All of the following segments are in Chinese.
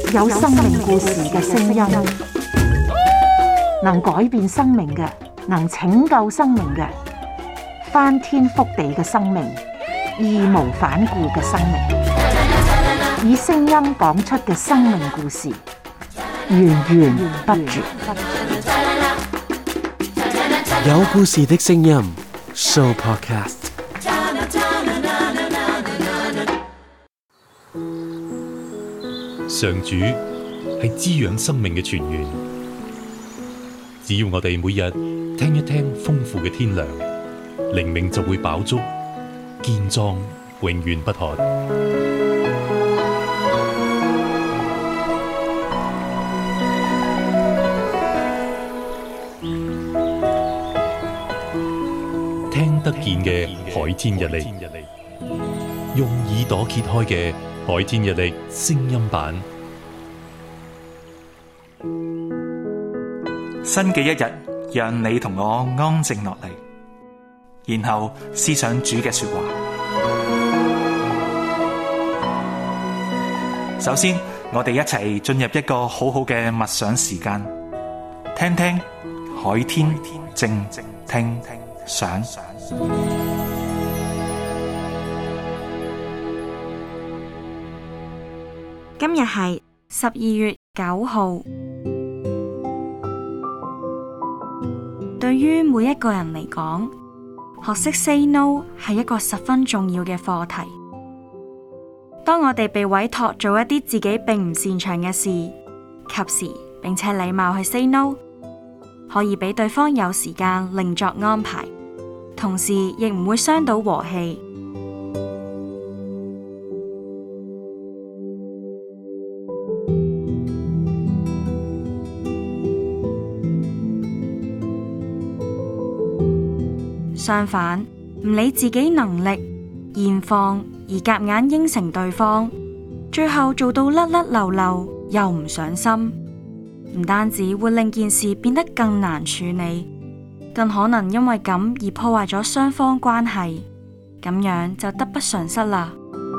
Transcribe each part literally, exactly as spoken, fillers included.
有生命故事嘅聲音，能改變生命嘅，能拯救生命嘅，翻天覆地嘅生命，義無反顧嘅生命，以聲音講出嘅生命故事，源源不絕。 有故事的聲音 Show Podcast。 上主係滋養生命嘅泉源，只要我哋每日聽一聽豐富嘅天糧，靈命就會飽足，健壯永遠不渴。聽得見嘅海天日曆，用耳朵揭開嘅海天日曆聲音版。 新嘅一日，讓你同我安靜落嚟，然後思想主嘅說話。首先，我哋一齊進入一個好好嘅默想時間，聽聽海天靜聽想。 今日係十二月九號。對於每一個人嚟講，學識 say no 係一個十分重要嘅課題。當我哋被委託做一啲自己並唔擅長嘅事，及時並且禮貌去 say no， 可以俾對方有時間另作安排，同時亦唔會傷到和氣。相反，唔理自己能力現況而夾硬應承對方，最後做到甩甩漏漏又唔上心，唔單止會令件事變得更難處理，更可能因為咁而破壞咗雙方關係，咁樣就得不償失啦。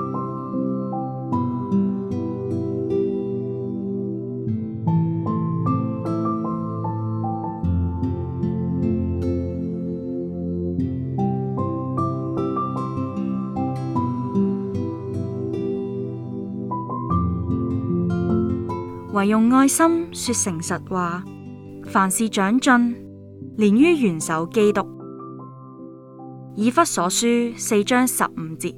唯用愛心說誠實話，凡事長進，連於元首基督。以弗所書四章十五節。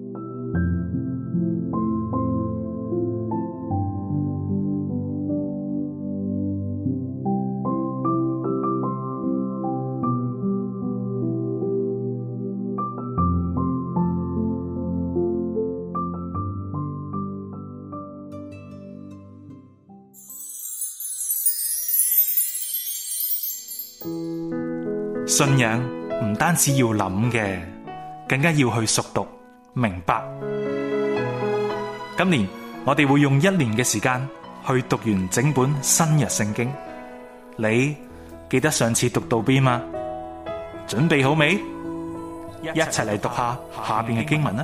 信仰唔單止要諗嘅，更加要去熟讀明白。今年我哋會用一年嘅時間去讀完整本新約聖經。你記得上次讀到邊嗎？準備好未？一齊嚟讀下下邊嘅經文啦。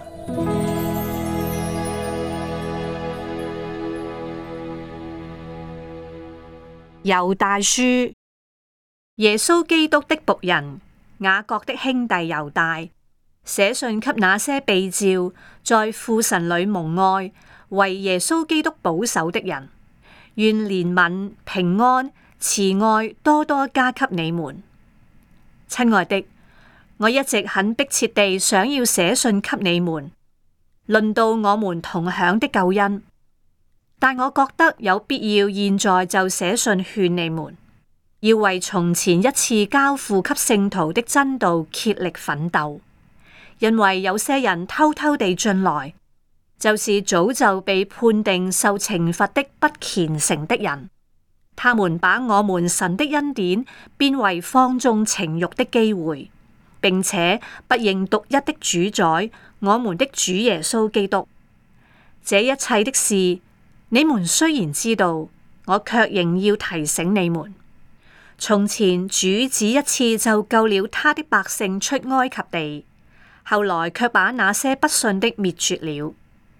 猶大書。耶穌基督的僕人雅各的兄弟猶大，寫信給那些被召在父神裏蒙愛，為耶穌基督保守的人，願憐憫、平安、慈愛多多加給你們。親愛的，我一直很迫切地想要寫信給你們，論到我們同享的救恩，但我覺得有必要現在就寫信勸你們。要為從前一次交付給聖徒的真道竭力奮鬥，因為有些人偷偷地進來，就是早就被判定受懲罰的不虔誠的人。他們把我們神的恩典變為放縱情慾的機會，並且不認獨一的主宰，我們的主耶穌基督。這一切的事，你們雖然知道，我卻仍要提醒你們。從前主只一次就救了他的百姓出埃及地，後來卻把那些不信的滅絕了。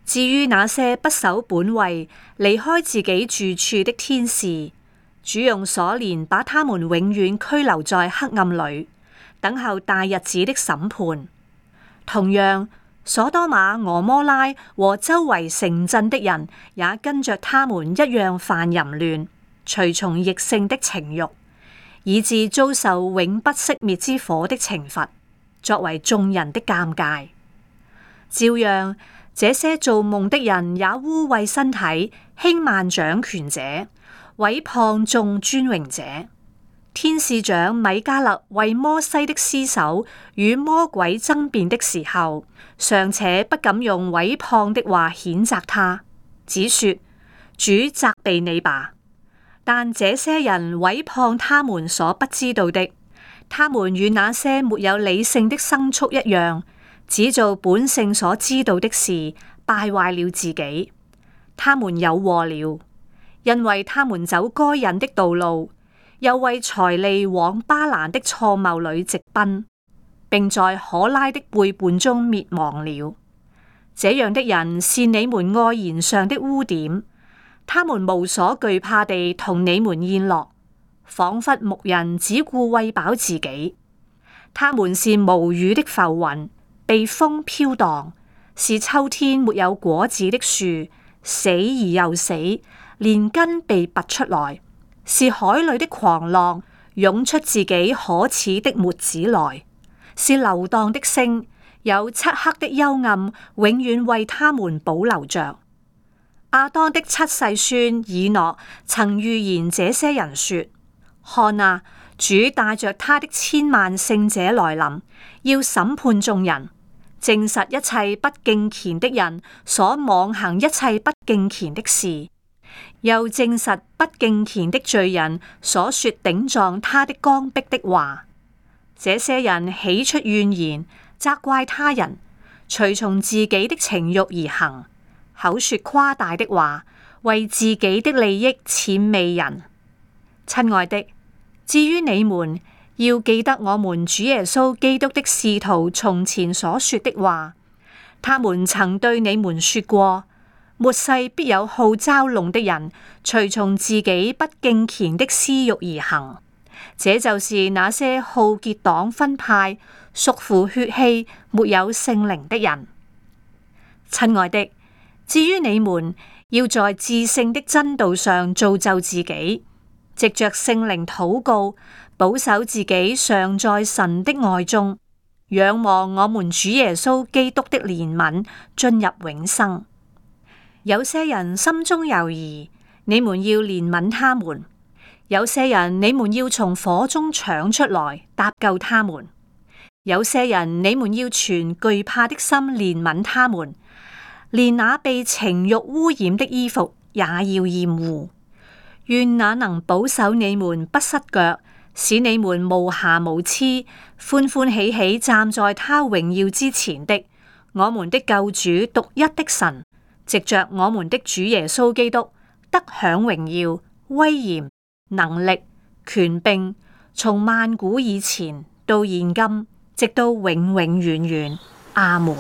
至於那些不守本位、離開自己住處的天使，主用鎖鏈把他們永遠拘留在黑暗裏，等候大日子的審判。同樣，所多瑪、俄摩拉和周圍城鎮的人也跟着他們一樣犯淫亂，隨從逆性的情慾，以致遭受永不熄滅之火的懲罰，作為眾人的鑑戒。照樣，這些做夢的人也污穢身體，輕慢掌權者，毀謗眾尊榮者。天使長米迦勒為摩西的屍首與魔鬼爭辯的時候，尚且不敢用毀謗的話譴責他，只說：主責備你吧。但這些人毀謗他們所不知道的，他們與那些沒有理性的牲畜一樣，只做本性所知道的事，敗壞了自己。他們有禍了，因為他們走該隱的道路，又為財利往巴蘭的錯謬裏直奔，並在可拉的背叛中滅亡了。這樣的人是你們愛筵上的污點，他們無所懼怕地同你們宴樂，仿佛牧人只顧餵飽自己。他們是無雨的浮雲，被風飄蕩，是秋天沒有果子的樹，死而又死，連根被拔出來，是海裏的狂浪，湧出自己可恥的沫子來，是流蕩的星，有漆黑的幽暗，永遠為他們保留着。亞當的七世孫以諾曾預言這些人說：看啊，主帶着他的千萬聖者來臨，要審判眾人，證實一切不敬虔的人所妄行一切不敬虔的事，又證實不敬虔的罪人所說頂撞他的剛愎的話。這些人起出怨言，責怪他人，隨從自己的情慾而行，口說誇大的話，為自己的利益諂媚人。親愛的，至於你們，要記得我們主耶穌基督的使徒從前所說的話，他們曾對你們說過：末世必有好嘲弄的人，隨從自己不敬虔的私慾而行。這就是那些好結黨分派、屬乎血氣、沒有聖靈的人。親愛的，至於你們，要在至聖的真道上造就自己，藉着聖靈禱告，保守自己常在神的愛中，仰望我們主耶穌基督的憐憫，進入永生。有些人心中猶疑，你們要憐憫他們；有些人你們要從火中搶出來，搭救他們；有些人你們要存懼怕的心憐憫他們，連那被情慾污染的衣服也要厭惡。願那能保守你們不失腳，使你們無瑕無疵，歡歡喜喜站在他榮耀之前的我們的救主獨一的神，藉着我們的主耶穌基督，得享榮耀、威嚴、能力、權柄，從萬古以前到現今，直到永永遠遠。阿門。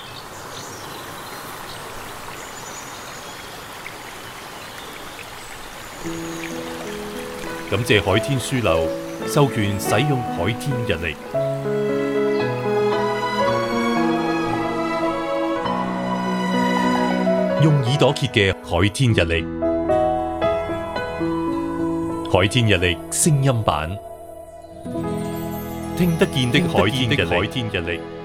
感謝海天書樓授權使用海天日曆，用耳朵揭嘅海天日曆，海天日曆聲音版，聽得見的海天日曆。